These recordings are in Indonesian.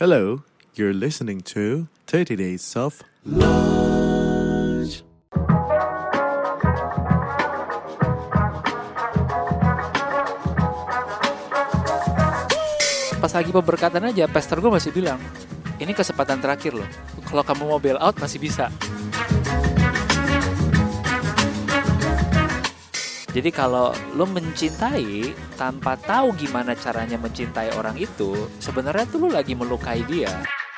Hello, you're listening to 30 Days of Lunch. Pas lagi pemberkatan aja, pastor gue masih bilang, ini kesempatan terakhir loh. Kalau kamu mau bail out masih bisa. Jadi kalau lo mencintai tanpa tahu gimana caranya mencintai orang itu, sebenarnya tuh lo lagi melukai dia.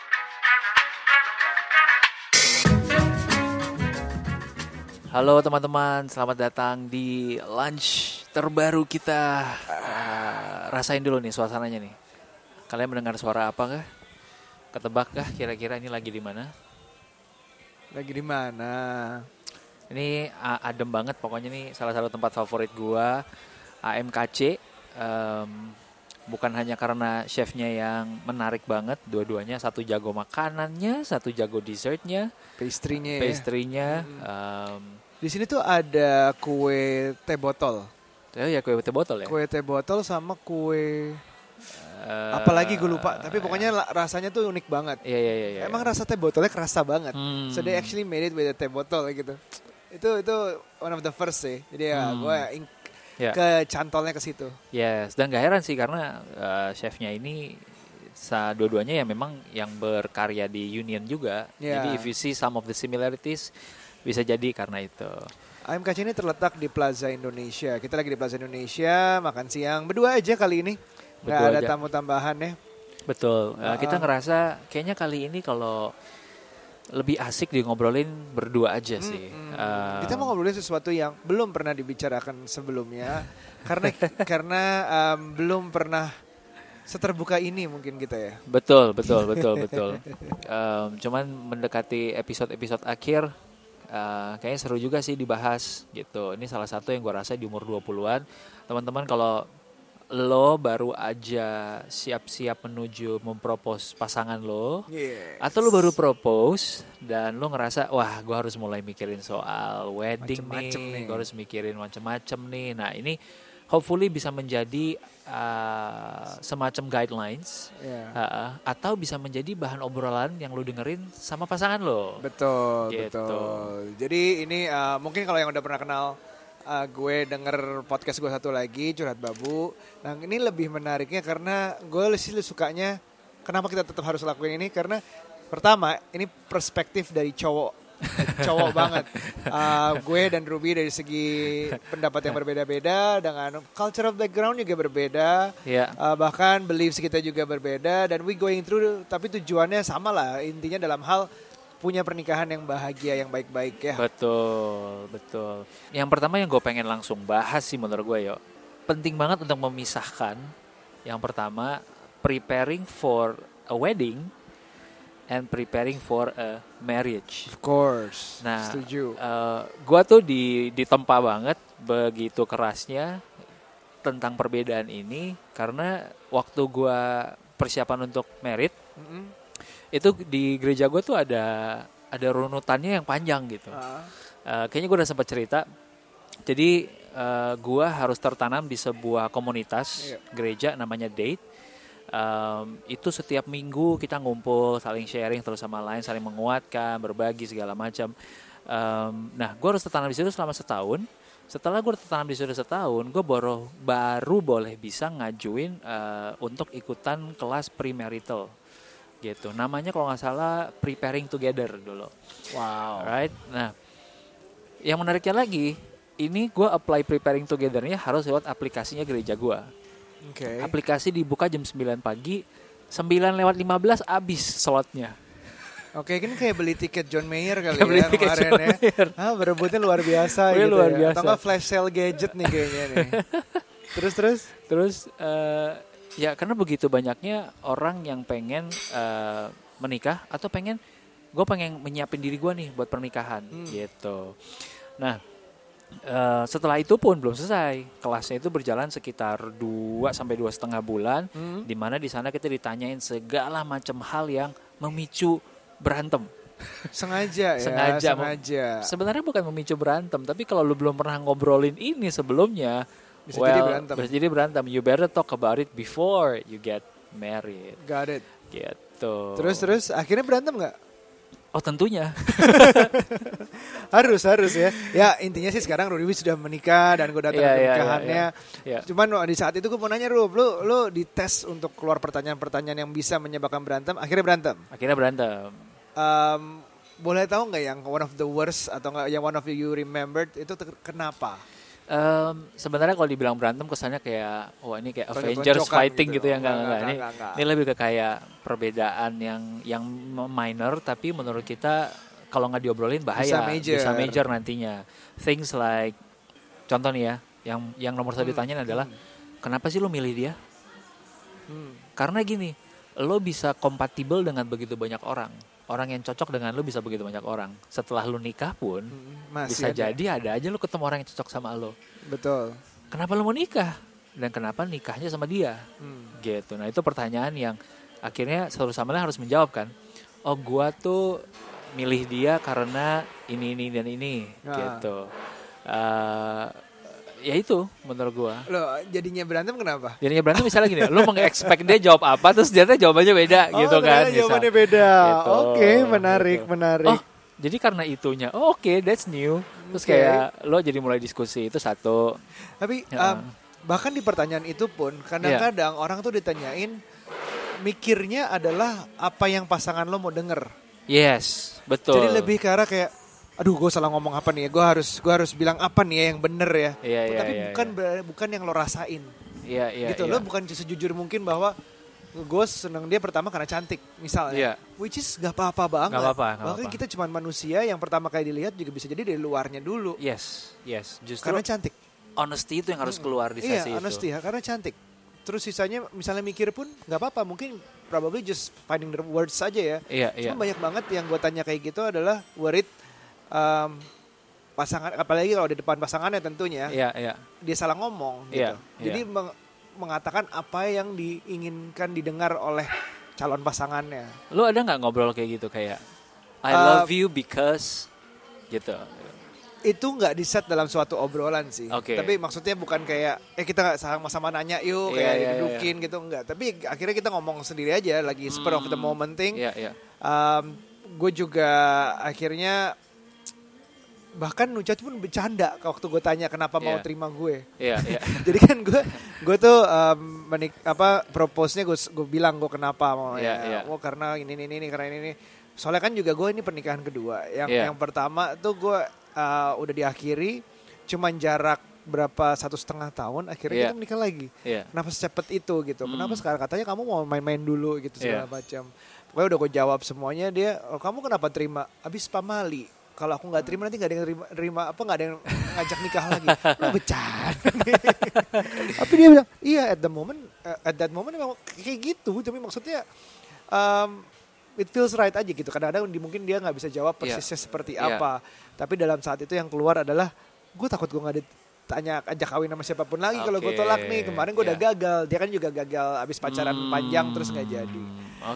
Halo teman-teman, selamat datang di lunch terbaru kita. Rasain dulu nih suasananya nih. Kalian mendengar suara apa kah? Ketebak kah kira-kira ini lagi di mana? Lagi di mana? Ini adem banget, pokoknya nih salah satu tempat favorit gua, AMKC. Bukan hanya karena chefnya yang menarik banget, dua-duanya, satu jago makanannya, satu jago dessertnya, pastry-nya. Di Di sini tuh ada kue teh botol. Oh ya, kue teh botol ya. Kue teh botol sama kue apalagi gue lupa, tapi pokoknya rasanya tuh unik banget. Iya. Emang rasa teh botolnya kerasa banget. Hmm. So they actually made it with a teh botol gitu. Itu one of the first sih. Jadi ya gue ke cantolnya ke situ. Yes, dan gak heran sih karena chefnya ini dua-duanya ya memang yang berkarya di Union juga. Yeah. Jadi if you see some of the similarities, bisa jadi karena itu. AMKC ini terletak di Plaza Indonesia. Kita lagi di Plaza Indonesia, makan siang berdua aja kali ini. Gak ada tamu tambahan ya. Betul. Kita ngerasa kayaknya kali ini kalau lebih asik di ngobrolin berdua aja sih. Kita mau ngobrolin sesuatu yang belum pernah dibicarakan sebelumnya karena belum pernah seterbuka ini mungkin kita ya. Betul. Cuman mendekati episode akhir, kayaknya seru juga sih dibahas gitu. Ini salah satu yang gue rasa di umur 20-an. Teman-teman kalau lo baru aja siap-siap menuju mempropose pasangan lo, yes, atau lo baru propose dan lo ngerasa wah gue harus mulai mikirin soal wedding nih, gue harus mikirin macem-macem nih. Nah ini hopefully bisa menjadi semacam guidelines, atau bisa menjadi bahan obrolan yang lo dengerin sama pasangan lo. Betul, gitu. betul. Jadi ini mungkin kalau yang udah pernah kenal gue denger podcast gue satu lagi, Curhat Babu. Nah ini lebih menariknya karena gue sih sukanya, kenapa kita tetap harus lakuin ini, karena pertama ini perspektif dari cowok banget. Gue dan Ruby dari segi pendapat yang berbeda-beda, dengan cultural background juga berbeda, bahkan beliefs kita juga berbeda, dan we going through, tapi tujuannya sama lah, intinya dalam hal punya pernikahan yang bahagia, yang baik-baik ya. Betul. Yang pertama yang gue pengen langsung bahas sih menurut gue penting banget untuk memisahkan. Yang pertama, preparing for a wedding and preparing for a marriage. Of course. Nah, setuju. Gue tuh ditempa banget begitu kerasnya tentang perbedaan ini karena waktu gue persiapan untuk married, itu di gereja gue tuh ada runutannya yang panjang gitu. Kayaknya gue udah sempat cerita. Jadi gue harus tertanam di sebuah komunitas gereja namanya Date. Itu setiap minggu kita ngumpul, saling sharing terus sama lain, saling menguatkan, berbagi segala macam. Nah, gue harus tertanam di situ selama setahun. Setelah gue tertanam di situ setahun, gue baru boleh bisa ngajuin untuk ikutan kelas premarital. Gitu. Namanya kalau nggak salah Preparing Together dulu. Wow. Right. Nah, yang menariknya lagi, ini gue apply Preparing Together-nya harus lewat aplikasinya gereja gue. Okay. Aplikasi dibuka jam 9 pagi, 9:15 abis slotnya. Oke, kan kayak beli tiket John Mayer kali ya kemarin ya. Berebutnya luar biasa gitu luar ya. biasa. Atau nggak flash sale gadget nih kayaknya nih. Terus ya karena begitu banyaknya orang yang pengen menikah atau pengen menyiapin diri gue nih buat pernikahan gitu. Nah setelah itu pun belum selesai, kelasnya itu berjalan sekitar 2 sampai 2,5 bulan, di mana di sana kita ditanyain segala macam hal yang memicu berantem. Sengaja. Sebenarnya bukan memicu berantem, tapi kalau lu belum pernah ngobrolin ini sebelumnya, bisa jadi berantem. You better talk about it before you get married. Got it. Gitu. gitu. Terus akhirnya berantem nggak? Oh tentunya. harus ya. Ya intinya sih sekarang Rudy sudah menikah dan gue datang ke nikahannya. Yeah. Cuman di saat itu gue mau nanya lu dites untuk keluar pertanyaan-pertanyaan yang bisa menyebabkan berantem. Akhirnya berantem. Boleh tahu nggak yang one of the worst atau nggak yang one of you remembered itu kenapa? Sebenarnya kalau dibilang berantem kesannya kayak ini kayak Avengers fighting gitu ya enggak. Ini lebih ke kayak perbedaan yang minor tapi menurut kita kalau nggak diobrolin bahaya, bisa major nantinya. Things like contoh nih ya, yang nomor satu ditanyain adalah kenapa sih lo milih dia? Karena gini, lo bisa kompatibel dengan begitu banyak orang. Orang yang cocok dengan lu bisa begitu banyak orang. Setelah lu nikah pun bisa jadi ada aja lu ketemu orang yang cocok sama lu. Betul. Kenapa lu mau nikah? Dan kenapa nikahnya sama dia? Gitu. Nah itu pertanyaan yang akhirnya satu sama lain harus menjawab kan. Oh gua tuh milih dia karena ini dan ini. Gitu. Ya itu menurut gua. Lo jadinya berantem kenapa? Jadinya berantem misalnya gini, lo meng-expect dia jawab apa terus dia jawabannya beda gitu kan. Jawabannya beda. Gitu. Oke, menarik. Oh, jadi karena itunya. Oh, oke, that's new. Terus kayak lo jadi mulai diskusi itu satu. Tapi bahkan di pertanyaan itu pun kadang-kadang orang tuh ditanyain mikirnya adalah apa yang pasangan lo mau denger. Yes, betul. Jadi lebih ke arah kayak aduh gue salah ngomong apa nih ya, gue harus bilang apa nih ya yang bener ya. Tapi bukan yang lo rasain. Gitu. Lo bukan sejujur mungkin bahwa gue seneng dia pertama karena cantik misalnya. Which is gak apa-apa banget. Bahkan kita cuma manusia yang pertama kali dilihat juga bisa jadi dari luarnya dulu. Yes. Justru karena cantik. Honesty itu yang harus keluar di sesi itu. Iya, honesty karena cantik. Terus sisanya misalnya mikir pun gak apa-apa. Mungkin probably just finding the words saja ya. Cuma banyak banget yang gue tanya kayak gitu adalah worried pasangan, apalagi kalau di depan pasangannya tentunya, dia salah ngomong gitu. Jadi mengatakan apa yang diinginkan didengar oleh calon pasangannya. Lu ada nggak ngobrol kayak gitu kayak I love you because gitu? Itu nggak di-set dalam suatu obrolan sih. Tapi maksudnya bukan kayak kita sama-sama nanya yuk kayak didudukin gitu, enggak. Tapi akhirnya kita ngomong sendiri aja lagi spur of the moment thing. Gue juga akhirnya bahkan Nucha pun bercanda waktu gue tanya kenapa mau terima gue. Jadi kan gue tuh propose-nya gue bilang gue kenapa mau karena ini karena ini. Soalnya kan juga gue ini pernikahan kedua. Yang pertama tuh gue udah diakhiri cuman jarak berapa 1,5 tahun akhirnya kita menikah lagi. Kenapa secepat itu gitu? Kenapa sekarang katanya kamu mau main-main dulu gitu segala macam. Pokoknya udah gue jawab semuanya, dia kamu kenapa terima? Abis pamali. Kalau aku nggak terima nanti nggak ada yang terima nggak ada yang ngajak nikah lagi. Lu bercanda. Tapi dia bilang iya at that moment memang kayak gitu. Tapi maksudnya it feels right aja gitu. Kadang-kadang mungkin dia nggak bisa jawab persisnya seperti apa. Tapi dalam saat itu yang keluar adalah gue takut gue nggak ditanya ajak kawin sama siapapun lagi kalau gue tolak nih. Kemarin gue udah gagal. Dia kan juga gagal abis pacaran panjang terus nggak jadi.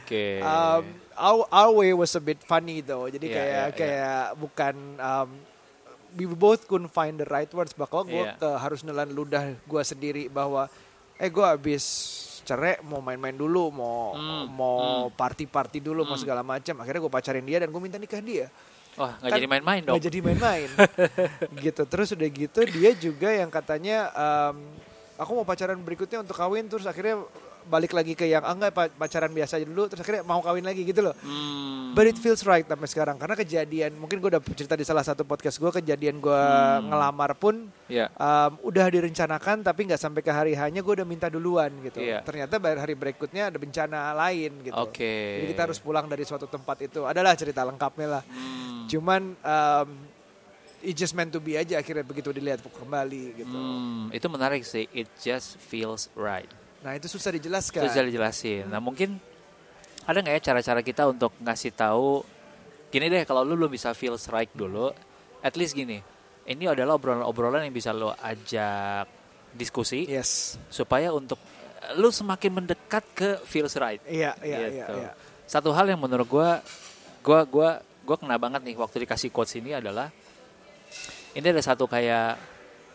Our way was a bit funny though. Jadi kayak bukan we both couldn't find the right words. Bahwa gue harus nelan ludah gue sendiri bahwa gue abis cerai mau main-main dulu, mau party dulu, mau segala macam. Akhirnya gue pacarin dia dan gue minta nikah dia. Wah, nggak jadi main-main dong. Nggak jadi main-main. Gitu. Terus udah gitu dia juga yang katanya aku mau pacaran berikutnya untuk kawin, terus akhirnya balik lagi ke yang enggak pacaran biasa aja dulu, terus akhirnya mau kawin lagi gitu loh. But it feels right sampai sekarang karena kejadian, mungkin gue udah cerita di salah satu podcast gue, kejadian gue ngelamar pun udah direncanakan tapi nggak sampai ke hari hanya gue udah minta duluan gitu. Ternyata hari berikutnya ada bencana lain gitu. Jadi kita harus pulang dari suatu tempat itu. Adalah cerita lengkapnya lah. Cuman it just meant to be aja akhirnya begitu dilihat kembali gitu. Itu menarik sih. It just feels right. Nah itu susah dijelaskan. Susah dijelasin. Nah mungkin ada nggak ya cara-cara kita untuk ngasih tahu gini deh, kalau lu belum bisa feels right dulu, at least gini, ini adalah obrolan-obrolan yang bisa lo ajak diskusi, supaya untuk lu semakin mendekat ke feels right. Iya. Satu hal yang menurut gue kena banget nih waktu dikasih quotes ini adalah ini ada satu kayak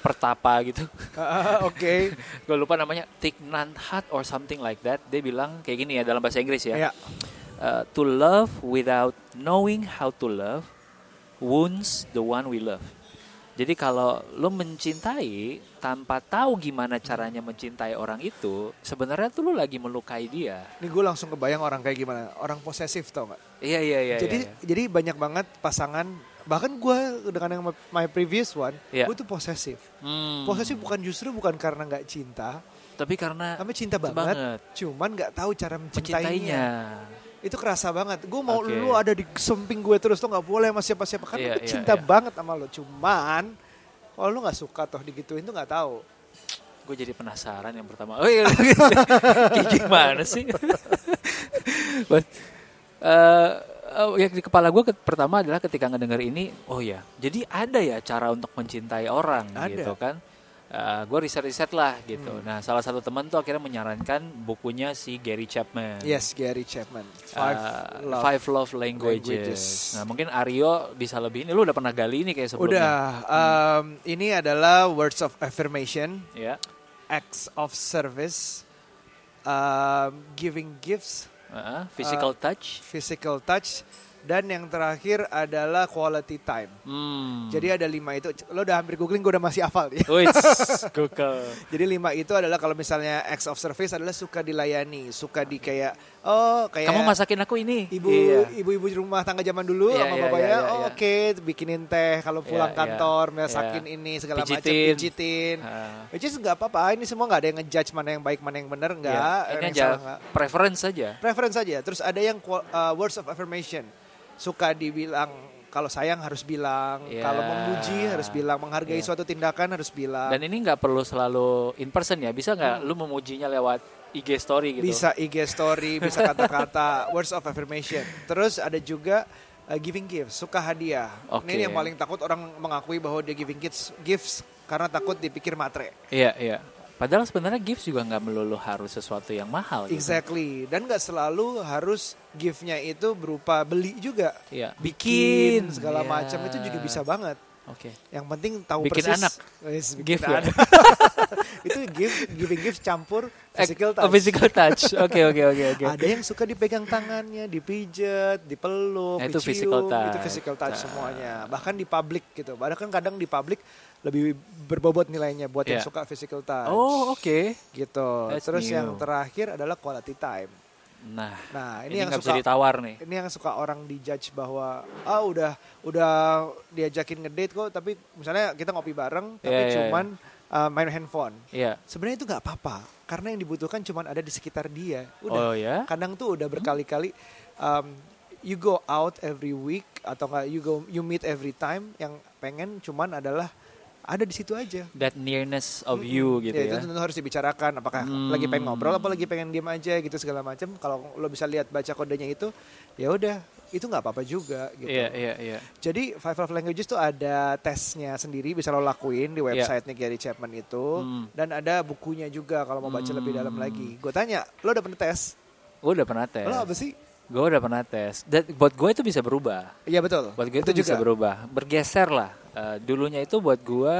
pertapa gitu. Oke. Gue lupa namanya, Thich Nhat Hanh or something like that. Dia bilang kayak gini ya dalam bahasa Inggris ya. Yeah. To love without knowing how to love wounds the one we love. Jadi kalau lo mencintai tanpa tahu gimana caranya mencintai orang itu, sebenarnya tuh lo lagi melukai dia. Ini gue langsung kebayang orang kayak gimana, orang posesif tau gak? Iya. Jadi banyak banget pasangan, bahkan gue dengan yang my previous one, Iya. gue tuh posesif. Posesif bukan karena nggak cinta, tapi karena cinta banget, cuman nggak tahu cara mencintainya. Itu kerasa banget. Gue mau lu ada di samping gue terus, lo nggak boleh sama siapa-siapa karena gue cinta banget sama lo. Cuman kalau lu nggak suka toh digituin tuh nggak tahu. Gue jadi penasaran yang pertama. Kayak gimana sih? But, yang di kepala gue pertama adalah ketika ngedenger ini, oh ya, jadi ada ya cara untuk mencintai orang gitu kan. Gue riset lah gitu. Nah, salah satu teman tuh akhirnya menyarankan bukunya si Gary Chapman. Yes, Gary Chapman. Five Love Languages. Nah, mungkin Aryo bisa lebih. Ini lu udah pernah gali ini kayak sebelumnya? Udah. Ini adalah words of affirmation, acts of service, giving gifts, physical touch. Dan yang terakhir adalah quality time. Jadi ada 5 itu. Lo udah hampir googling, gue udah masih hafal. Google. Jadi 5 itu adalah kalau misalnya acts of service adalah suka dilayani, suka di kayak kamu masakin aku ini. Ibu-ibu rumah tangga zaman dulu sama bapaknya. Oke, bikinin teh kalau pulang kantor, masakin ini segala macam, pijitin. Which is nggak apa-apa. Ini semua nggak ada yang ngejudge mana yang baik, mana yang benar, nggak. Ini aja preference saja. Terus ada yang words of affirmation. Suka dibilang, kalau sayang harus bilang, kalau memuji harus bilang, menghargai suatu tindakan harus bilang. Dan ini nggak perlu selalu in person ya, bisa nggak lu memujinya lewat IG story gitu? Bisa IG story, bisa kata-kata, words of affirmation. Terus ada juga giving gifts, suka hadiah. Ini yang paling takut orang mengakui bahwa dia giving gifts karena takut dipikir matre. Iya. Padahal sebenarnya gifts juga nggak melulu harus sesuatu yang mahal. Exactly. Dan nggak selalu harus gift-nya itu berupa beli juga. Bikin segala macam itu juga bisa banget. Yang penting tahu bikin persis. Anak. Gift ya. Itu giving gift campur physical touch. Physical touch. Oke. Ada yang suka dipegang tangannya, dipijat, dipeluk, itu dicium. physical touch. Itu physical touch semuanya. Bahkan di public gitu. Bahkan kadang di public lebih berbobot nilainya buat yang suka physical touch. Oh, oke. Gitu. Terus yang terakhir adalah quality time. Nah ini yang nggak suka bisa ditawar nih. Ini yang suka orang dijudge bahwa udah diajakin ngedate kok, tapi misalnya kita ngopi bareng tapi cuman main handphone. Sebenarnya itu nggak apa-apa karena yang dibutuhkan cuman ada di sekitar dia. Udah. Kadang tuh udah berkali-kali you go out every week atau nggak you meet every time, yang pengen cuman adalah ada di situ aja. That nearness of you gitu ya. Itu tentu harus dibicarakan. Apakah lagi pengen ngobrol, apa lagi pengen diam aja gitu segala macam. Kalau lo bisa lihat baca kodenya itu, ya udah, itu nggak apa-apa juga gitu. Iya. Jadi Five Love Languages tuh ada tesnya sendiri, bisa lo lakuin di website-nya Gary Chapman itu, dan ada bukunya juga kalau mau baca lebih dalam lagi. Gue tanya, lo udah pernah tes? Gue udah pernah tes. Lo apa sih? Gue udah pernah tes. Buat gue itu bisa berubah. Iya betul. Buat gue itu bisa berubah, bergeser lah. Dulunya itu buat gue,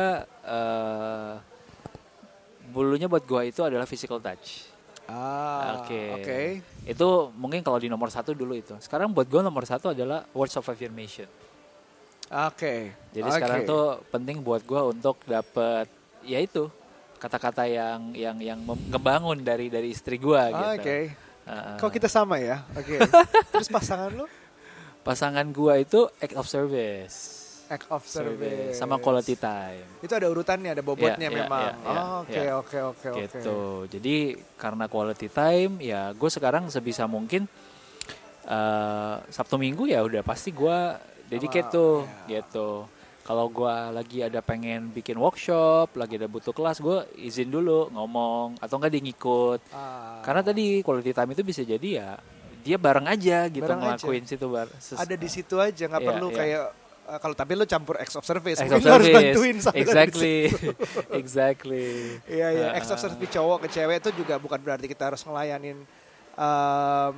bulunya buat gue itu adalah physical touch. Oke. Itu mungkin kalau di nomor 1 dulu itu. Sekarang buat gue nomor 1 adalah words of affirmation. Jadi sekarang tuh penting buat gue untuk dapet, ya itu kata-kata yang ngebangun dari istri gue gitu. Kok kita sama ya? Terus pasangan lo? Pasangan gue itu act of service. Sama quality time. Itu ada urutannya, ada bobotnya memang. Oke. Gitu. Jadi karena quality time, ya gue sekarang sebisa mungkin Sabtu Minggu ya udah pasti gue dedicate tuh, gitu. Kalau gue lagi ada pengen bikin workshop, lagi ada butuh kelas, gue izin dulu ngomong atau enggak dia ngikut. Karena tadi quality time itu bisa jadi ya dia bareng aja gitu, ngelakuin situ ada di situ aja, nggak perlu kayak kalau tapi lo campur acts of service, mungkin lo harus bantuin exactly. Iya, acts of service cowok ke cewek itu juga bukan berarti kita harus ngelayanin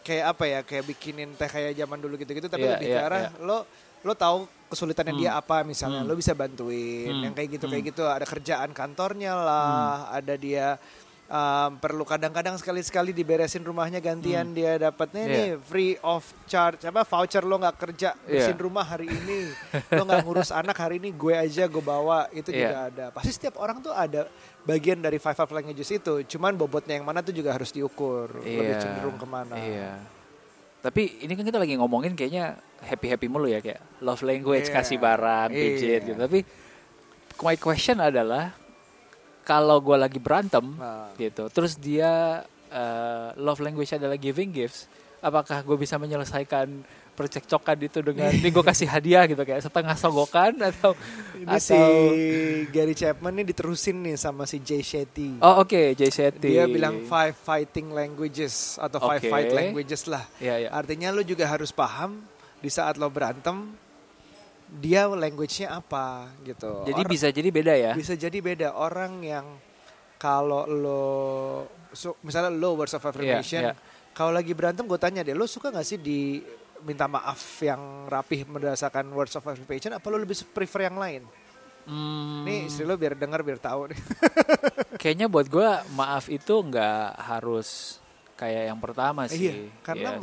kayak apa ya, kayak bikinin teh kayak zaman dulu gitu-gitu, tapi Iya, lebih iya, ke arah iya. lo tahu kesulitannya dia apa misalnya, lo bisa bantuin Hmm. yang kayak gitu, ada kerjaan kantornya lah, ada dia perlu kadang-kadang sekali-sekali diberesin rumahnya gantian, dia dapatnya nih free of charge voucher, lo nggak kerja bersihin rumah hari ini, lo nggak ngurus anak hari ini, gue aja gue bawa, itu juga ada. Pasti setiap orang tuh ada bagian dari five love languages itu, cuman bobotnya yang mana tuh juga harus diukur, lebih cenderung kemana. Iya. Tapi ini kan kita lagi ngomongin kayaknya happy mulu ya, kayak love language, kasih barang, pijit gitu. Tapi my question adalah, kalau gue lagi berantem gitu, terus dia love language adalah giving gifts, apakah gue bisa menyelesaikan percekcokan itu dengan ini gue kasih hadiah gitu, kayak setengah sogokan atau ini si Gary Chapman nih diterusin nih sama si Jay Shetty. Oh oke, Jay Shetty. Dia bilang 5 fighting languages atau 5 fight languages lah. Artinya lo juga harus paham di saat lo berantem dia language-nya apa gitu. Jadi bisa jadi beda ya? Bisa jadi beda. Orang yang kalau lo misalnya lo words of affirmation, kalau lagi berantem gue tanya deh, lo suka gak sih di minta maaf yang rapih berdasarkan words of affirmation, apa lo lebih prefer yang lain? Nih istri lo biar dengar biar tahu nih. Kayaknya buat gue maaf itu nggak harus kayak yang pertama sih. Iya, karena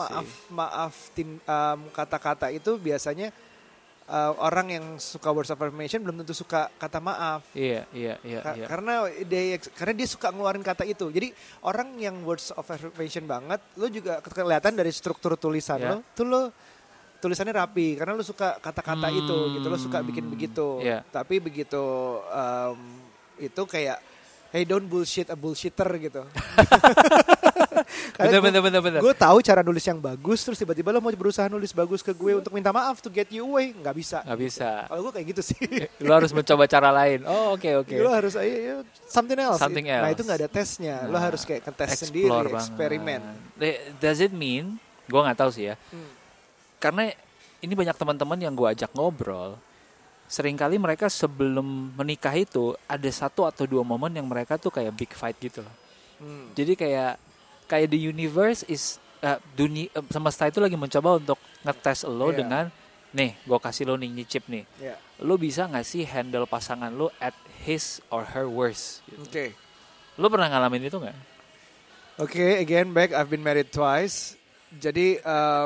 kata-kata itu biasanya orang yang suka words of affirmation belum tentu suka kata maaf. Iya. Karena dia suka ngeluarin kata itu. Jadi orang yang words of affirmation banget, lo juga kelihatan dari struktur tulisan lo, tuh lo tulisannya rapi karena lo suka kata-kata itu gitu, lo suka bikin begitu. Tapi begitu itu kayak hey, don't bullshit a bullshitter gitu. Bener. Gue tahu cara nulis yang bagus, terus tiba-tiba lo mau berusaha nulis bagus ke gue untuk minta maaf to get you away, nggak bisa. Kalau gue kayak gitu sih. Lo harus mencoba cara lain. Oh oke. Lo harus something else. Nah itu nggak ada tesnya. Lo harus kayak ngetes sendiri, eksperimen. Does it mean? Gue nggak tahu sih ya. Karena ini banyak teman-teman yang gue ajak ngobrol. Seringkali mereka sebelum menikah itu ada 1 atau 2 momen yang mereka tuh kayak big fight gitu loh. Jadi kayak the universe is semesta itu lagi mencoba untuk ngetes lo dengan nih gue kasih lo nih nyicip nih. Lo bisa nggak sih handle pasangan lo at his or her worst? Gitu. Lo pernah ngalamin itu nggak? Again back, I've been married twice. Jadi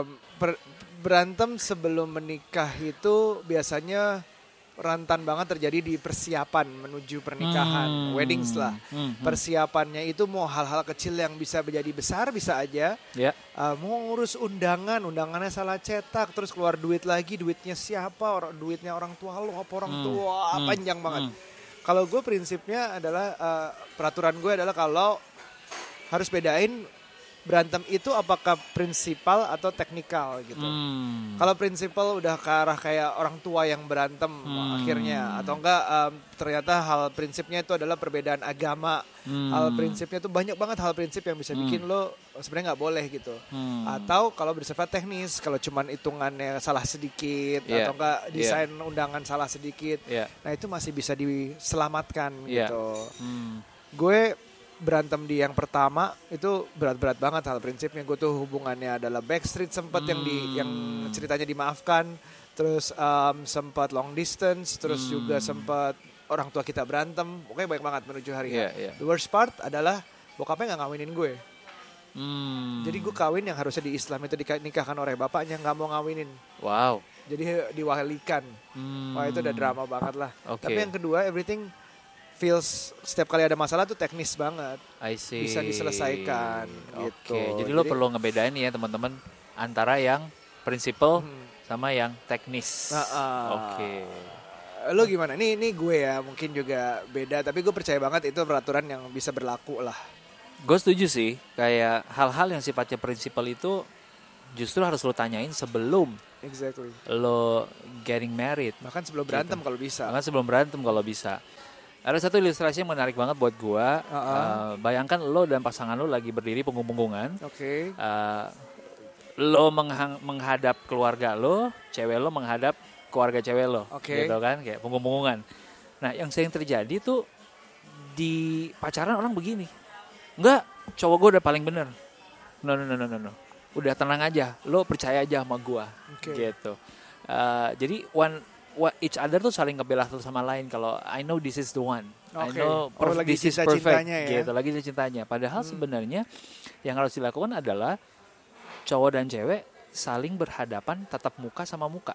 berantem sebelum menikah itu biasanya rentan banget terjadi di persiapan menuju pernikahan, weddings lah. Persiapannya itu mau hal-hal kecil yang bisa menjadi besar bisa aja. Mau ngurus undangannya salah cetak, terus keluar duit lagi, duitnya siapa, duitnya orang tua lo apa orang tua, panjang banget. Kalau gue prinsipnya adalah peraturan gue adalah kalau harus bedain berantem itu apakah prinsipal atau teknikal gitu. Kalau prinsipal udah ke arah kayak orang tua yang berantem akhirnya, atau enggak ternyata hal prinsipnya itu adalah perbedaan agama. Hal prinsipnya itu banyak banget hal prinsip yang bisa bikin lo sebenarnya nggak boleh gitu. Atau kalau bersifat teknis, kalau cuman hitungannya salah sedikit atau enggak desain undangan salah sedikit, nah itu masih bisa diselamatkan gitu. Gue berantem di yang pertama itu berat-berat banget hal prinsipnya. Gue tuh hubungannya adalah backstreet sempat yang ceritanya dimaafkan, terus sempat long distance, terus juga sempat orang tua kita berantem. Pokoknya banyak banget menuju hari H. The worst part adalah bokapnya nggak ngawinin gue. Jadi gue kawin yang harusnya di Islam itu dinikahkan oleh bapaknya, nggak mau ngawinin. Wow. Jadi diwalikan. Wah itu udah drama banget lah. Tapi yang kedua, everything feels setiap kali ada masalah tuh teknis banget. I see. Bisa diselesaikan gitu. Jadi lo perlu ngebedain ya teman-teman antara yang prinsipal sama yang teknis. Lo gimana? Ini gue ya mungkin juga beda, tapi gue percaya banget itu peraturan yang bisa berlaku lah. Gue setuju sih, kayak hal-hal yang sifatnya prinsipal itu justru harus lo tanyain sebelum lo getting married. Bahkan sebelum berantem kalau bisa. Ada satu ilustrasi yang menarik banget buat gua. Bayangkan lo dan pasangan lo lagi berdiri punggung-punggungan. Lo menghadap keluarga lo, cewek lo menghadap keluarga cewek lo, gitu kan, kayak punggung-punggungan. Nah, yang sering terjadi tuh di pacaran orang begini. Enggak, cowok gue udah paling bener. No. udah tenang aja, lo percaya aja sama gue, gitu. Jadi each other tuh saling ngebela satu sama lain. Kalau I know this is the one, I know this is perfect, gitu. Lagi cintanya. Padahal sebenarnya yang harus dilakukan adalah cowok dan cewek saling berhadapan tatap muka sama muka.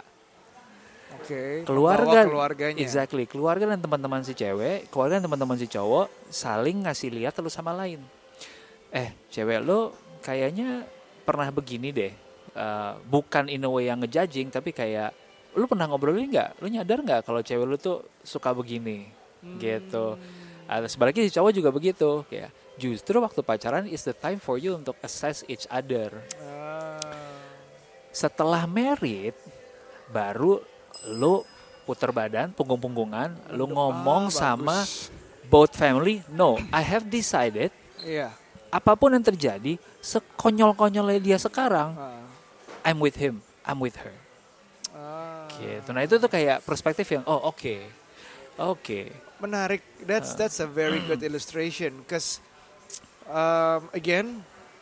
Keluarganya. Exactly. Keluarga dan teman-teman si cewek, keluarga dan teman-teman si cowok saling ngasih lihat satu sama lain. Cewek lo kayaknya pernah begini deh. Bukan in a way yang ngejudging, tapi kayak lu pernah ngobrolin nggak? Lu nyadar nggak kalau cewek lu tuh suka begini, gitu. Sebaliknya si cowok juga begitu. Kayak justru waktu pacaran is the time for you untuk assess each other. Setelah married, baru lu puter badan, punggung-punggungan, lu ngomong sama both family. No, I have decided. Apapun yang terjadi, sekonyol-konyolnya dia sekarang, I'm with him, I'm with her. Gitu. Nah itu tuh kayak perspektif yang oke. Menarik. That's a very good illustration. Cause again,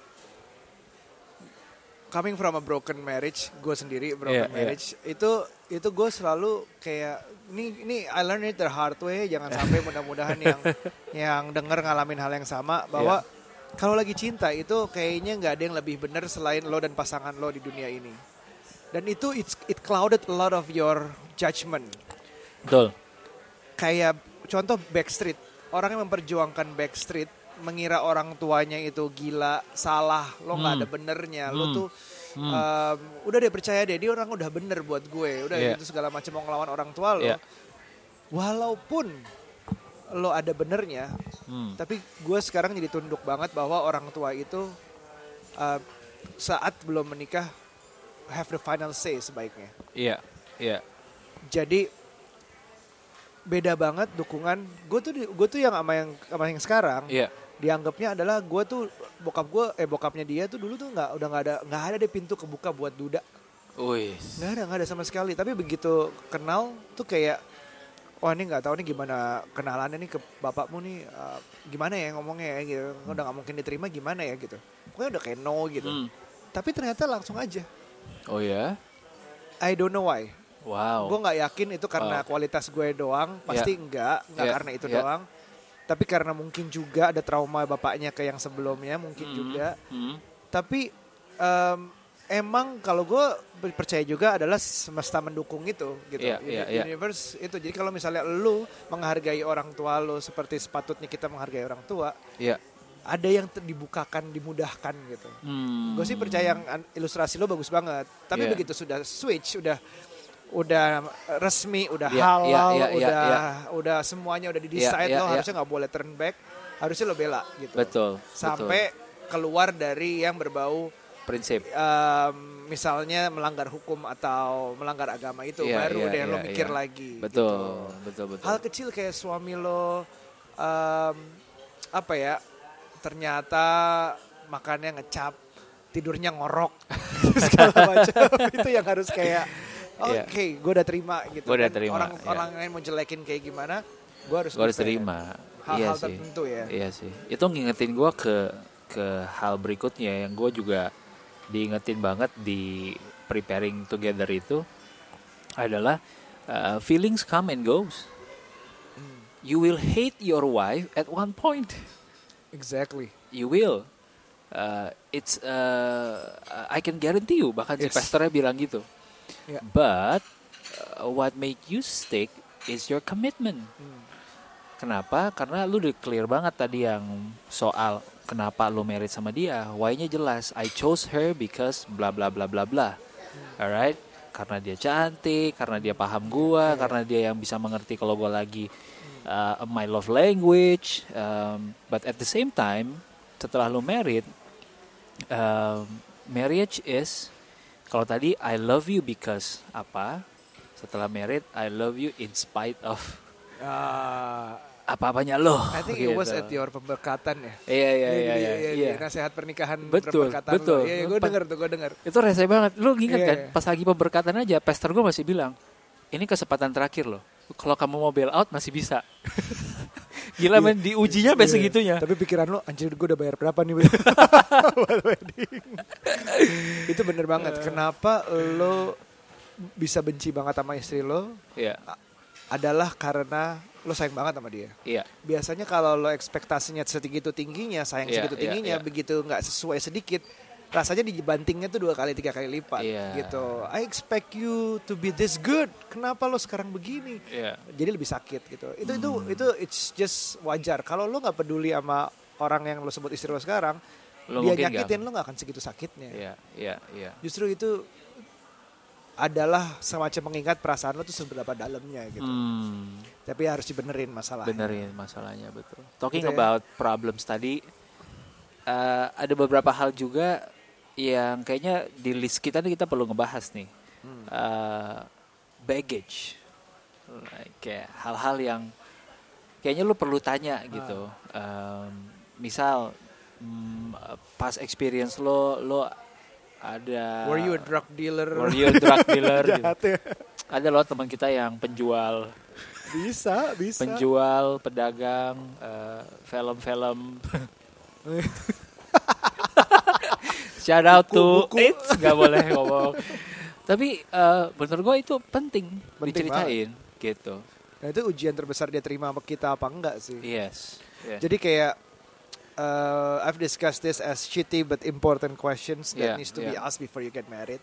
coming from a broken marriage, gue sendiri marriage, itu gue selalu kayak ini I learned it the hard way. Jangan sampai mudah-mudahan yang denger ngalamin hal yang sama, bahwa kalau lagi cinta itu kayaknya nggak ada yang lebih benar selain lo dan pasangan lo di dunia ini. Dan itu it clouded a lot of your judgment. Betul. Kayak contoh Backstreet, orang yang memperjuangkan Backstreet mengira orang tuanya itu gila, salah, lo nggak ada benernya, lo tuh udah deh percaya deh, dia orang udah bener buat gue, udah itu segala macam mau ngelawan orang tua lo. Walaupun lo ada benernya, tapi gue sekarang jadi tunduk banget bahwa orang tua itu saat belum menikah have the final say sebaiknya. Iya. Jadi beda banget dukungan. Gue tuh yang sama yang sekarang. Dianggapnya adalah gue tuh bokapnya dia tuh dulu tuh nggak ada deh pintu kebuka buat duda. Nggak ada sama sekali. Tapi begitu kenal tuh kayak, wah ini nggak tahu nih gimana kenalannya nih ke bapakmu nih, gimana ya ngomongnya ya gitu. Udah nggak mungkin diterima gimana ya gitu. Pokoknya udah kayak no gitu. Tapi ternyata langsung aja. Oh ya? I don't know why. Wow. Gue nggak yakin itu karena kualitas gue doang. Pasti enggak karena itu doang. Tapi karena mungkin juga ada trauma bapaknya ke yang sebelumnya, mungkin juga. Tapi emang kalau gue percaya juga adalah semesta mendukung itu gitu. Universe itu. Jadi kalau misalnya lu menghargai orang tua lu seperti sepatutnya kita menghargai orang tua, ada yang dibukakan, dimudahkan gitu. Gue sih percaya yang ilustrasi lo bagus banget. Tapi begitu sudah switch, udah resmi, udah halal, udah semuanya udah di-decide, lo harusnya nggak boleh turn back, harusnya lo bela gitu. Betul. Sampai keluar dari yang berbau prinsip. Misalnya melanggar hukum atau melanggar agama itu, baru deh lo mikir lagi. Betul, gitu. betul. Hal kecil kayak suami lo, ternyata makannya ngecap, tidurnya ngorok, segala macam. Itu yang harus kayak, gue udah terima gitu. Orang lain mau jelekin kayak gimana, gue harus terima. Hal-hal tertentu ya. Iya sih. Itu ngingetin gue ke hal berikutnya yang gue juga diingetin banget di preparing together itu adalah feelings come and goes. You will hate your wife at one point. Exactly. You will. It's I can guarantee you. Bahkan si pastornya bilang gitu. But what make you stick is your commitment. Kenapa? Karena lu udah clear banget tadi yang soal kenapa lu married sama dia. Why-nya jelas. I chose her because bla bla bla bla bla. Alright? Karena dia cantik, karena dia paham gua, karena dia yang bisa mengerti kalau gua lagi my love language, but at the same time setelah lu married, marriage is, kalau tadi I love you because apa, setelah married I love you in spite of apa-apanya lo. I think it was at your pemberkatan ya. Iya. Nasihat pernikahan pemberkatan betul. Iya, gue denger. Itu rese banget. Lu ingat kan pas lagi pemberkatan aja pastor gue masih bilang, ini kesempatan terakhir loh. Kalau kamu mau bail out masih bisa. Gila men, diujinya sampai segitunya. Tapi pikiran lo, anjir gue udah bayar berapa nih buat wedding. Itu bener banget. Kenapa lo bisa benci banget sama istri lo? Iya. Adalah karena lo sayang banget sama dia. Iya. Biasanya kalau lo ekspektasinya segitu tingginya, sayang Iya, segitu iya, tingginya, iya. begitu nggak sesuai sedikit, rasanya dibantingnya tuh 2 kali 3 kali lipat gitu. I expect you to be this good. Kenapa lo sekarang begini? Iya. Jadi lebih sakit gitu. Itu it's just wajar. Kalau lo nggak peduli sama orang yang lo sebut istri lo sekarang, Lo dia mungkin nyakitin lo nggak akan segitu sakitnya. Iya. Justru itu adalah semacam mengingat perasaan lo tuh seberapa dalamnya gitu. Tapi harus dibenerin masalahnya. Benerin masalahnya, betul. Talking Gitu ya. about problems tadi, ada beberapa hal juga yang kayaknya di list kita nih kita perlu ngebahas nih. Baggage. Kayak hal-hal yang kayaknya lu perlu tanya gitu. Misal pas experience lo ada Were you a drug dealer? Gitu. Jahat ya. Ada loh teman kita yang penjual, Bisa. pedagang, film-film. Shout out to Buku. It's, nggak boleh ngomong. Tapi menurut gue itu penting diceritain gitu. Nah itu ujian terbesar dia terima sama kita apa enggak sih? Yes. Yeah. Jadi kayak I've discussed this as shitty but important questions that Yeah, needs to be yeah. asked before you get married.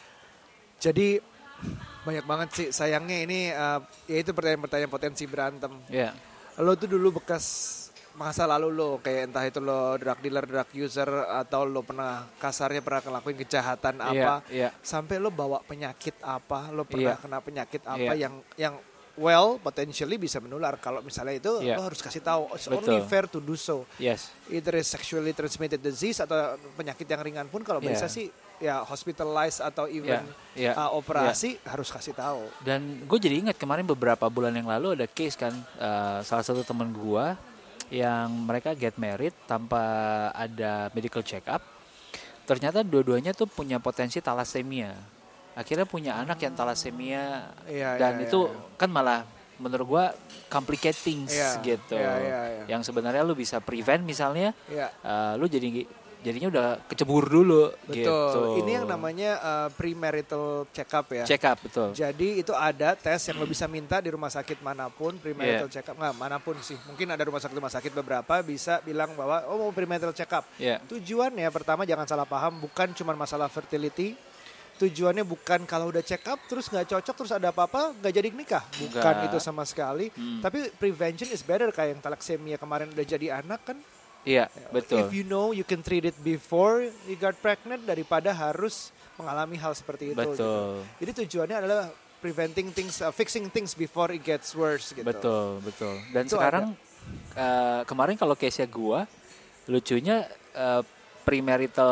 Jadi banyak banget sih sayangnya ini ya itu pertanyaan-pertanyaan potensi berantem. Yeah. Lo tuh dulu bekas masa lalu lo kayak entah itu lo drug dealer, drug user atau lo pernah kasarnya pernah ngelakuin kejahatan apa Yeah. sampai lo bawa penyakit apa, lo pernah Yeah. kena penyakit apa Yeah. yang well potentially bisa menular. Kalau misalnya itu Yeah. lo harus kasih tahu. It's Betul. only fair to do so. Yes. Either is sexually transmitted disease atau penyakit yang ringan pun kalau Yeah. bisa sih ya hospitalized atau even Yeah. operasi harus kasih tahu. Dan gue jadi ingat kemarin beberapa bulan yang lalu ada case kan, salah satu teman gue yang mereka get married tanpa ada medical check up. Ternyata dua-duanya tuh punya potensi thalassemia. Akhirnya punya anak yang thalassemia. Iya, Dan iya, itu iya. kan malah menurut gue complicate things Iya, gitu. iya. Yang sebenarnya lu bisa prevent misalnya, Iya. lu jadinya udah kecebur dulu. Betul. Gitu. Ini yang namanya premarital check up ya. Check up, betul. Jadi itu ada tes yang lo bisa minta di rumah sakit manapun, premarital check up. Nggak, manapun sih. Mungkin ada rumah sakit beberapa bisa bilang bahwa mau premarital check up. Yeah. Tujuannya pertama jangan salah paham, bukan cuma masalah fertility. Tujuannya bukan kalau udah check up terus nggak cocok terus ada apa-apa nggak jadi nikah. Bukan Nggak. itu sama sekali. Tapi prevention is better, kayak yang thalassemia kemarin udah jadi anak kan. Iya, betul. If you know you can treat it before you got pregnant daripada harus mengalami hal seperti itu. Betul. Gitu. Jadi tujuannya adalah preventing things, fixing things before it gets worse. Gitu. Betul. Dan Itu sekarang kemarin kalau case-nya gua, lucunya premarital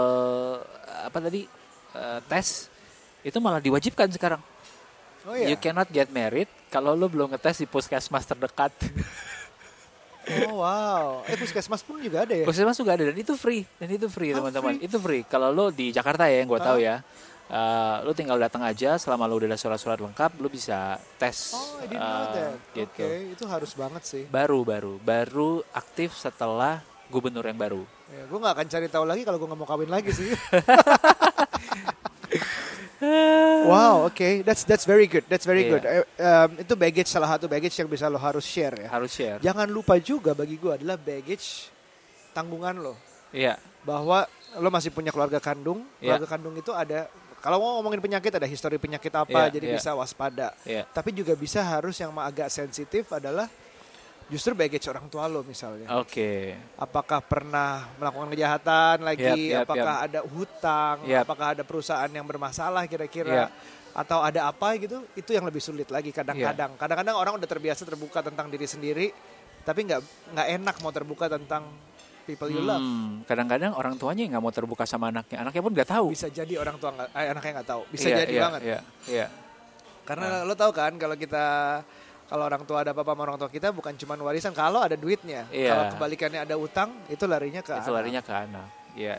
tes itu malah diwajibkan sekarang. Oh iya. You cannot get married kalau lu belum ngetes di puskesmas terdekat. Oh wow. Puskesmas pun juga ada ya. Puskesmas juga ada dan itu free teman-teman. Free? Itu free. Kalau lu di Jakarta ya yang gua tahu ya. Lu tinggal datang aja selama lu udah ada surat-surat lengkap lu bisa tes. Oh, I didn't know that. Gitu. Oke, itu harus banget sih. Baru aktif setelah gubernur yang baru. Ya, gue gak akan cari tahu lagi kalau gue gak mau kawin lagi sih. Wow, oke, that's very good, good. Itu baggage, salah satu baggage yang bisa lo harus share ya. Harus share. Jangan lupa juga bagi gue adalah baggage tanggungan lo. Iya. Bahwa lo masih punya keluarga kandung. Iya. Keluarga kandung itu ada, kalau mau ngomongin penyakit ada histori penyakit apa, Iya, jadi iya. bisa waspada. Iya. Tapi juga bisa harus yang agak sensitif adalah justru baggage orang tua lo misalnya. Oke. Apakah pernah melakukan kejahatan lagi, Yap, apakah ada hutang, Yap. apakah ada perusahaan yang bermasalah kira-kira, atau ada apa gitu, itu yang lebih sulit lagi kadang-kadang. Kadang-kadang orang udah terbiasa terbuka tentang diri sendiri, tapi nggak enak mau terbuka tentang people you love. Kadang-kadang orang tuanya nggak mau terbuka sama anaknya pun nggak tahu. Bisa jadi orang tua anaknya nggak tahu, bisa Iya, jadi iya, banget. Iya. Karena lo tahu kan kalau orang tua ada apa-apa sama orang tua kita bukan cuma warisan, kalau ada duitnya. Iya. Kalau kebalikannya ada utang, itu larinya ke Itu anak. larinya ke anak. Iya.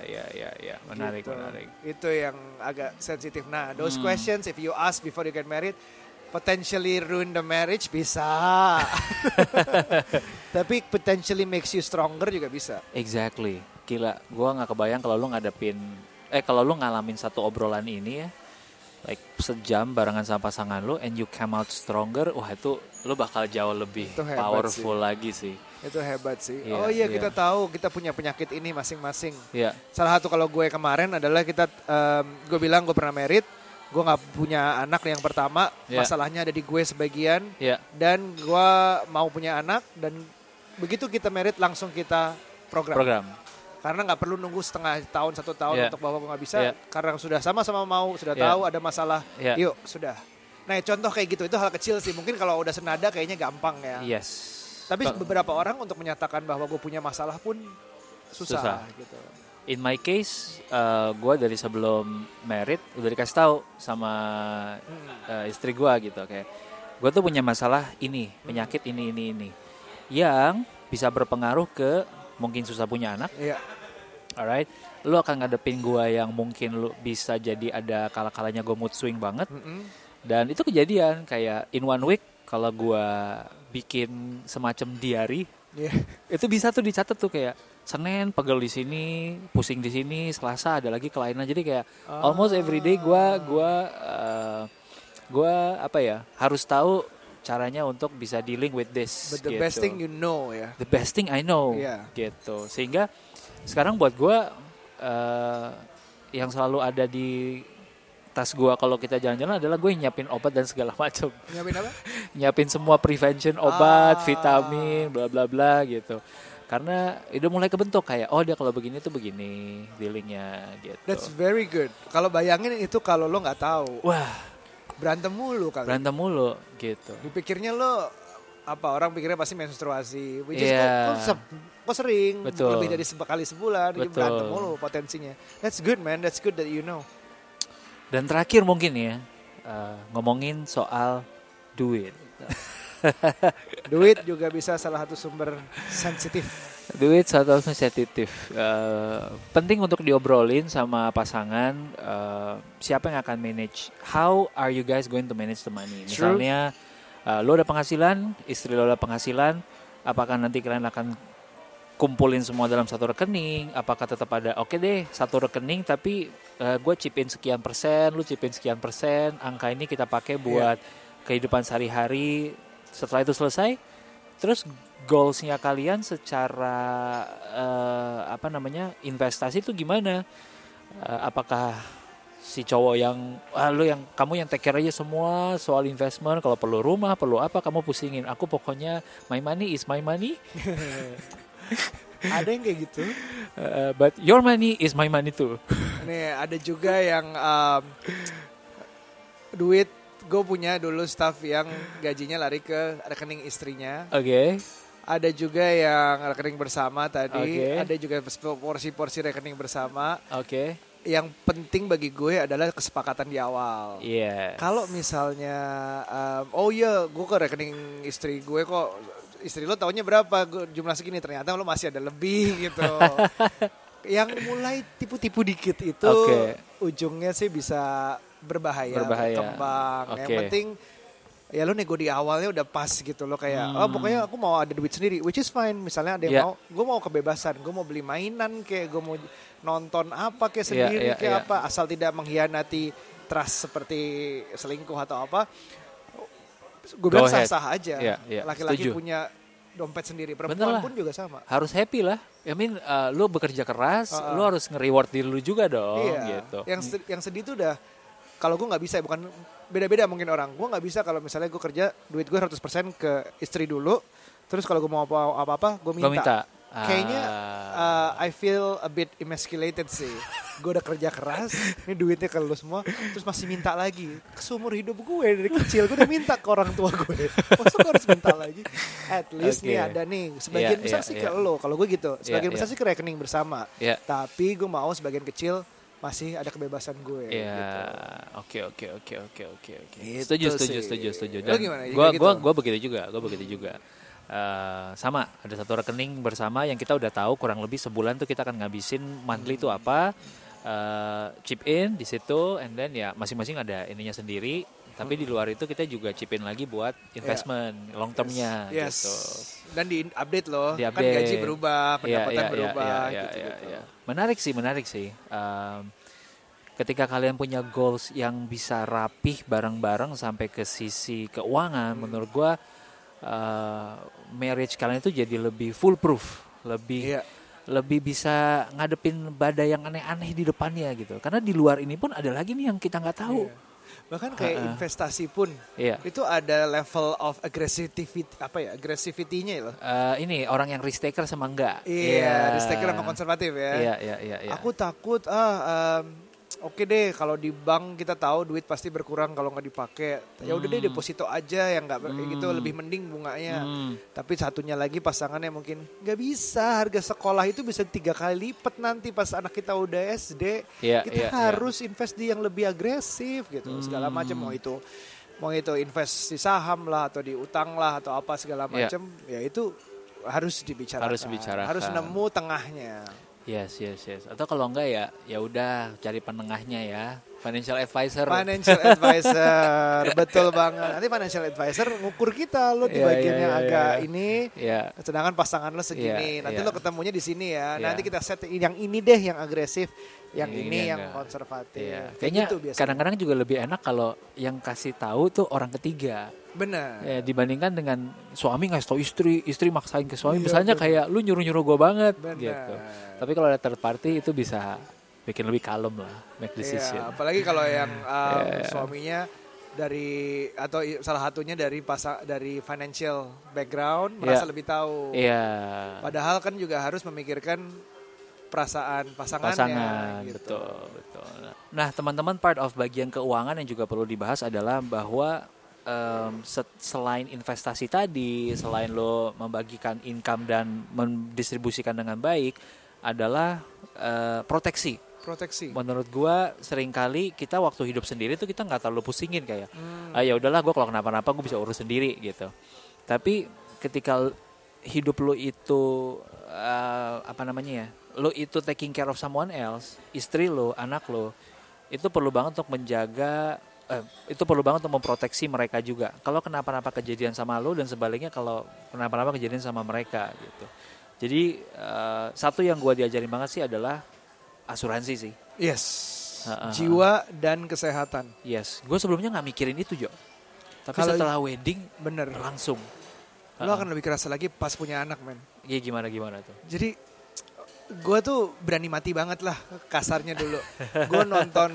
Menarik. Gitu. Itu yang agak sensitif. Nah, those questions if you ask before you get married, potentially ruin the marriage bisa. Tapi potentially makes you stronger juga bisa. Exactly. Gila, gue nggak kebayang kalau lu ngalamin satu obrolan ini ya, like sejam barengan sama pasangan lu, and you come out stronger. Wah itu lu bakal jauh lebih powerful lagi sih. Itu hebat sih. Yeah, kita tahu kita punya penyakit ini masing-masing. Yeah. Salah satu kalau gue kemarin adalah gue bilang gue pernah married, gue nggak punya anak yang pertama, masalahnya ada di gue sebagian, dan gue mau punya anak, dan begitu kita married langsung kita program. Karena nggak perlu nunggu setengah tahun, 1 tahun untuk bahwa gue nggak bisa, karena sudah sama-sama mau, sudah tahu ada masalah, yuk sudah. Nah contoh kayak gitu, itu hal kecil sih, mungkin kalau udah senada kayaknya gampang ya. Yes. Tapi beberapa orang untuk menyatakan bahwa gue punya masalah pun susah. Gitu. In my case, gue dari sebelum married udah dikasih tahu sama istri gue gitu, kayak gue tuh punya masalah ini, penyakit ini, yang bisa berpengaruh ke mungkin susah punya anak. Alright, lu akan ngadepin gue yang mungkin lu bisa jadi ada kala-kalanya gue mood swing banget. Dan itu kejadian kayak in 1 week kalau gue bikin semacam diary, itu bisa tuh dicatat tuh kayak Senin pegel di sini, pusing di sini, Selasa ada lagi kelainan. Jadi kayak almost every day gue harus tahu caranya untuk bisa dealing with this. But the gitu. best thing you know ya. The best thing I know, gitu. Sehingga sekarang buat gue yang selalu ada di tas gue kalau kita jalan-jalan adalah gue nyiapin obat dan segala macam. Nyiapin apa? Nyiapin semua prevention obat, vitamin, bla bla bla gitu. Karena udah mulai kebentuk kayak dia kalau begini tuh begini dealingnya gitu. That's very good. Kalau bayangin itu kalau lo nggak tahu. Wah, berantem mulu kali. Berantem mulu gitu. Dipikirnya lo orang pikirnya pasti menstruasi. Which is kok sering. Betul. Lebih dari sekali sebulan. Betul. Berantem mulu potensinya. That's good man. That's good that you know. Dan terakhir mungkin ya, ngomongin soal duit. Duit juga bisa salah satu sumber sensitif. Duit salah satu sensitif. Penting untuk diobrolin sama pasangan. Siapa yang akan manage? How are you guys going to manage the money? Misalnya, lo ada penghasilan, istri lo ada penghasilan. Apakah nanti kalian akan kumpulin semua dalam satu rekening? Apakah tetap ada oke deh satu rekening tapi gue chipin sekian persen, lu chipin sekian persen, angka ini kita pakai buat kehidupan sehari-hari. Setelah itu selesai, terus goalsnya kalian secara investasi itu gimana? Apakah si cowok yang kamu yang take care aja semua soal investment, kalau perlu rumah, perlu apa kamu pusingin, aku pokoknya my money is my money. Ada yang kayak gitu. But your money is my money too. Nih ada juga yang duit, gue punya dulu staff yang gajinya lari ke rekening istrinya. Oke. Ada juga yang rekening bersama tadi. Ada juga porsi-porsi rekening bersama. Oke. Yang penting bagi gue adalah kesepakatan di awal. Kalau misalnya gue ke rekening istri gue kok, istri lo taunya berapa, jumlah segini, ternyata lo masih ada lebih gitu. Yang mulai tipu-tipu dikit itu ujungnya sih bisa berbahaya. Berkembang. Yang penting ya lo nego di awalnya udah pas gitu. Lo kayak pokoknya aku mau ada duit sendiri, which is fine. Misalnya ada yang gue mau kebebasan, gue mau beli mainan kayak, gue mau nonton apa kayak sendiri apa, asal tidak mengkhianati trust seperti selingkuh atau apa. Gue bilang sah-sah aja. Laki-laki punya dompet sendiri, perempuan pun juga sama. Harus happy lah. Lu bekerja keras, lu harus nge-reward diri lu juga dong. Gitu. Yang sedih tuh udah, kalau gue nggak bisa, bukan beda-beda mungkin orang. Gue nggak bisa kalau misalnya gue kerja, duit gue 100% ke istri dulu. Terus kalau gue mau apa-apa, gue minta. Kayaknya I feel a bit emasculated sih. Gue udah kerja keras, ini duitnya ke lu semua, terus masih minta lagi. Seumur hidup gue dari kecil gue udah minta ke orang tua gue. Masa gue harus minta lagi? At least nih ada nih, sebagian besar sih ke lo. Kalau gue gitu, sebagian besar sih ke rekening bersama. Tapi gue mau sebagian kecil masih ada kebebasan gue. Oke. Gitu Setuju. Lo gimana? Gue begitu juga. Sama, ada satu rekening bersama yang kita udah tahu kurang lebih sebulan tuh kita akan ngabisin monthly itu apa, chip in di situ, and then ya masing-masing ada ininya sendiri. Tapi di luar itu kita juga chipin lagi buat investment long termnya Yes. gitu. Dan di-update loh. Kan Di-update. gaji berubah, pendapatan Iya, berubah iya, gitu-gitu. iya. Menarik sih. Ketika kalian punya goals yang bisa rapih bareng-bareng sampai ke sisi keuangan, menurut gua marriage kalian itu jadi lebih foolproof, lebih bisa ngadepin badai yang aneh-aneh di depannya gitu. Karena di luar ini pun ada lagi nih yang kita nggak tahu. Iya. Bahkan kayak investasi pun Iya. itu ada level of aggressivity-nya loh. Ini orang yang risk taker sama enggak? Iya, risk taker sama konservatif ya. Iya. Aku takut oke deh kalau di bank kita tahu duit pasti berkurang kalau nggak dipakai. Ya udah deh deposito aja yang nggak kayak gitu lebih mending bunganya. Tapi satunya lagi pasangannya mungkin nggak bisa, harga sekolah itu bisa 3 kali lipat nanti pas anak kita udah SD. Kita harus invest di yang lebih agresif gitu. Segala macam mau itu invest di saham lah atau di utang lah atau apa segala macam. Ya itu harus dibicarakan. Harus nemu tengahnya. Yes. Atau kalau enggak ya udah cari penengahnya ya. Financial advisor. Betul banget. Nanti financial advisor ngukur kita lo di bagian yang agak ini. Sedangkan pasangan lo segini. Nanti lo ketemunya di sini ya. Nanti kita set yang ini deh yang agresif, yang ini yang konservatif. Kayaknya gitu kadang-kadang juga lebih enak kalau yang kasih tahu tuh orang ketiga. Benar. Dibandingkan dengan suami ngasih tahu istri maksain ke suami. Misalnya kayak lu nyuruh gue banget gitu. Tapi kalau ada third party itu bisa bikin lebih kalem lah, make decision. Apalagi kalau yang suaminya dari atau salah satunya dari financial background merasa lebih tahu. Padahal kan juga harus memikirkan perasaan pasangan gitu. Betul. Nah, teman-teman, part of bagian keuangan yang juga perlu dibahas adalah bahwa selain investasi tadi, selain lo membagikan income dan mendistribusikan dengan baik, adalah proteksi. Menurut gua seringkali kita waktu hidup sendiri tuh kita nggak terlalu pusingin kayak ya udahlah gua kalau kenapa-napa gua bisa urus sendiri gitu. Tapi ketika hidup lo itu lo itu taking care of someone else, istri lo, anak lo, itu perlu banget untuk menjaga, itu perlu banget untuk memproteksi mereka juga. Kalau kenapa-napa kejadian sama lo dan sebaliknya kalau kenapa-napa kejadian sama mereka gitu. Jadi satu yang gue diajarin banget sih adalah asuransi sih. Yes. Jiwa dan kesehatan. Yes. Gue sebelumnya nggak mikirin itu Jo. Tapi setelah wedding bener langsung. Lo akan lebih kerasa lagi pas punya anak men. Iya gimana tuh. Jadi gue tuh berani mati banget lah kasarnya dulu. Gue nonton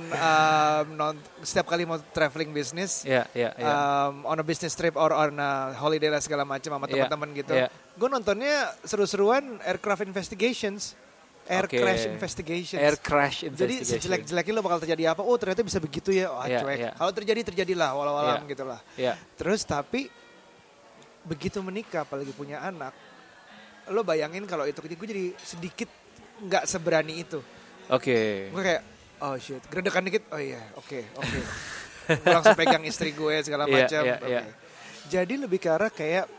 setiap kali mau traveling business, on a business trip or on a holiday lah segala macam sama teman-teman gitu. Gue nontonnya seru-seruan aircraft investigations. Air crash investigation. Jadi sejelek-jeleknya lo bakal terjadi apa? Oh ternyata bisa begitu ya. Cuek. Kalau terjadilah walau-walam gitulah. Terus tapi begitu menikah apalagi punya anak, lo bayangin kalau itu gue jadi sedikit nggak seberani itu. Gue kayak oh shit, geredekan dikit. Oh iya, oke. Gue langsung pegang istri gue segala macam. Jadi lebih ke arah kayak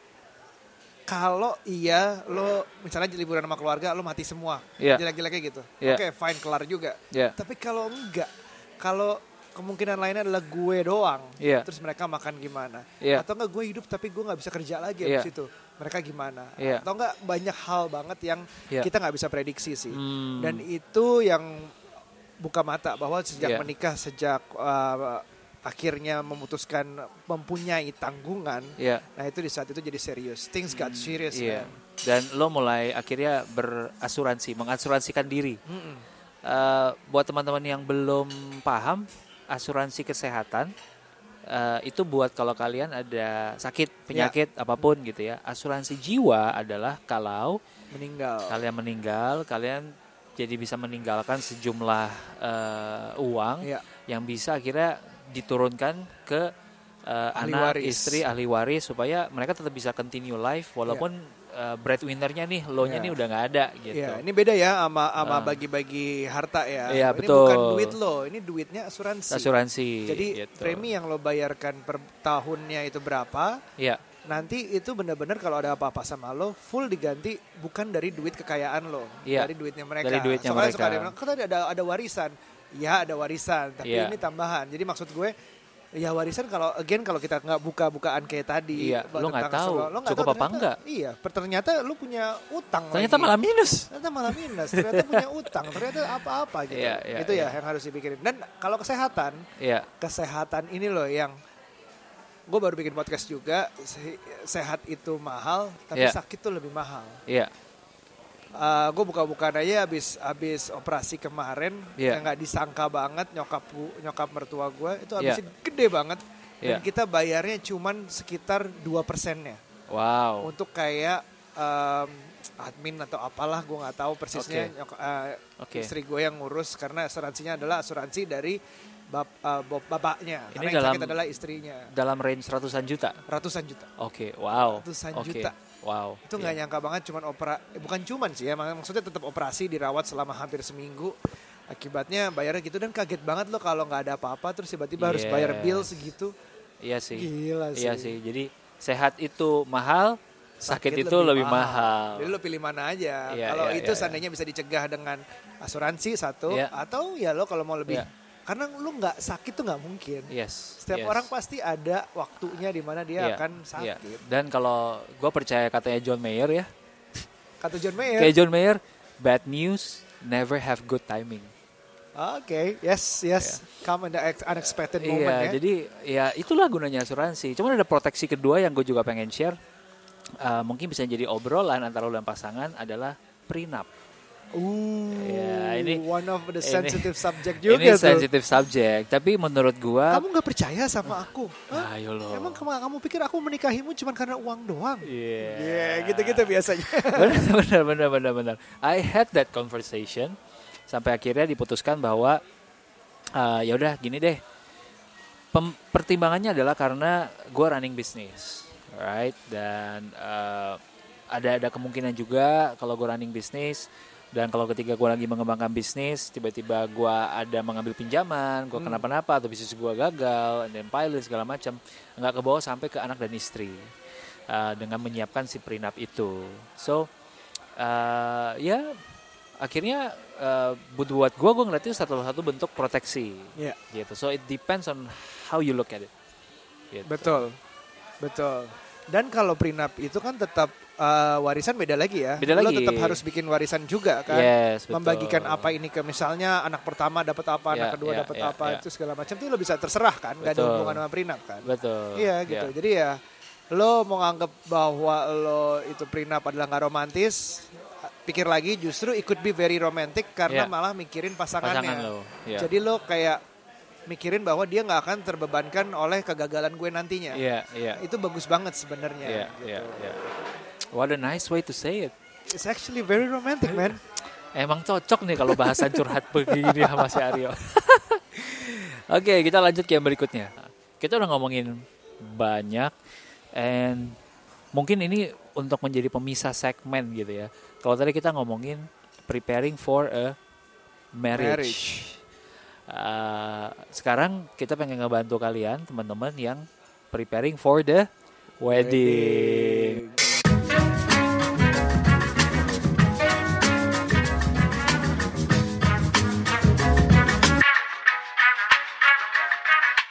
kalau lo misalnya liburan sama keluarga lo mati semua, jelek-jeleknya gitu. Oke, fine, kelar juga. Tapi kalau enggak, kalau kemungkinan lainnya adalah gue doang, terus mereka makan gimana? Atau enggak gue hidup tapi gue nggak bisa kerja lagi abis itu, mereka gimana? Atau enggak banyak hal banget yang kita nggak bisa prediksi sih. Dan itu yang buka mata bahwa sejak menikah, sejak akhirnya memutuskan mempunyai tanggungan, nah itu di saat itu jadi serius. Things got serious, man. Dan lo mulai akhirnya mengasuransikan diri. Buat teman-teman yang belum paham, asuransi kesehatan itu buat kalau kalian ada sakit, penyakit apapun gitu ya. Asuransi jiwa adalah kalau kalian meninggal, kalian jadi bisa meninggalkan sejumlah uang yang bisa akhirnya diturunkan ke anak, istri, ahli waris supaya mereka tetap bisa continue life walaupun breadwinner-nya nih, lo-nya nih udah nggak ada gitu. Ini beda ya sama bagi-bagi harta ya. Ini betul. Bukan duit lo, ini duitnya asuransi. Jadi gitu. premi yang lo bayarkan per tahunnya itu berapa? Nanti itu benar-benar kalau ada apa-apa sama lo full diganti bukan dari duit kekayaan lo, dari duitnya mereka. Soalnya ada warisan. Ya ada warisan, tapi ini tambahan. Jadi maksud gue Ya warisan kalau kita nggak buka-bukaan kayak tadi, Iya, lo nggak tahu cukup apa enggak. Iya, ternyata lu punya utang. Ternyata lagi. malah minus. Ternyata punya utang. Ternyata apa-apa gitu. Iya, Itu ya yang harus dipikirin. Dan kalau kesehatan, kesehatan ini loh yang gue baru bikin podcast juga. Sehat itu mahal, tapi sakit tuh lebih mahal. Iya. Gue buka-bukaan aja abis operasi kemarin yang nggak disangka banget nyokap mertua gue itu habisnya gede banget dan kita bayarnya cuman sekitar 2%-nya. Wow. Untuk kayak admin atau apalah gue nggak tahu persisnya. Istri gue yang ngurus karena asuransinya adalah asuransi dari bapaknya. Ini karena yang sakit adalah istrinya. Dalam range ratusan juta. Oke, wow. Ratusan juta. Wow. Itu nggak nyangka banget bukan cuman sih ya, maksudnya tetap operasi dirawat selama hampir seminggu. Akibatnya bayarnya gitu dan kaget banget lo kalau nggak ada apa-apa terus tiba-tiba harus bayar bill segitu. Iya sih. Gila sih. Iya sih. Jadi sehat itu mahal, sakit itu lebih mahal. Jadi lo pilih mana aja. Kalau itu seandainya bisa dicegah dengan asuransi satu atau ya lo kalau mau lebih karena lu nggak sakit tuh nggak mungkin. Setiap orang pasti ada waktunya di mana dia akan sakit. Dan kalau gue percaya katanya John Mayer ya. Kata John Mayer. Kayak John Mayer, bad news never have good timing. Oke, yes. Come in the unexpected moment ya. Jadi ya itulah gunanya asuransi. Cuman ada proteksi kedua yang gue juga pengen share. Mungkin bisa jadi obrolan antara lu dan pasangan adalah prenup. Ini one of the sensitive subject juga tuh. Ini sensitive subject, tapi menurut gua kamu nggak percaya sama aku? Ayo lo. Emang kamu pikir aku menikahimu cuma karena uang doang? Gitu biasanya. Benar. I had that conversation sampai akhirnya diputuskan bahwa ya udah gini deh. Pertimbangannya adalah karena gua running business, right? Dan ada kemungkinan juga kalau gua running business. Dan kalau ketika gue lagi mengembangkan bisnis, tiba-tiba gue ada mengambil pinjaman, gue kenapa-napa atau bisnis gue gagal, dan pilot segala macam, nggak kebawa sampai ke anak dan istri dengan menyiapkan si prenup itu. So, akhirnya buat gue ngeliat itu satu bentuk proteksi, gitu. So it depends on how you look at it. Gitu. Betul. Dan kalau prenup itu kan tetap warisan beda lagi ya. Lo tetap harus bikin warisan juga kan. Betul. Membagikan apa ini ke misalnya anak pertama dapat apa, anak kedua dapat apa itu segala macam itu lo bisa terserah kan. Gak ada hubungan sama prenup kan. Betul. Iya gitu. Jadi ya lo mau nganggap bahwa lo itu prenup adalah gak romantis, pikir lagi justru it could be very romantic karena malah mikirin pasangannya. Jadi lo kayak mikirin bahwa dia nggak akan terbebankan oleh kegagalan gue nantinya. Itu bagus banget sebenarnya. What a nice way to say it. It's actually very romantic, man. Emang cocok nih kalau bahasan curhat begini sama si Aryo. Oke, kita lanjut ke yang berikutnya. Kita udah ngomongin banyak, and mungkin ini untuk menjadi pemisah segmen gitu ya. Kalau tadi kita ngomongin preparing for a marriage. Sekarang kita pengen ngebantu kalian teman-teman yang preparing for the wedding.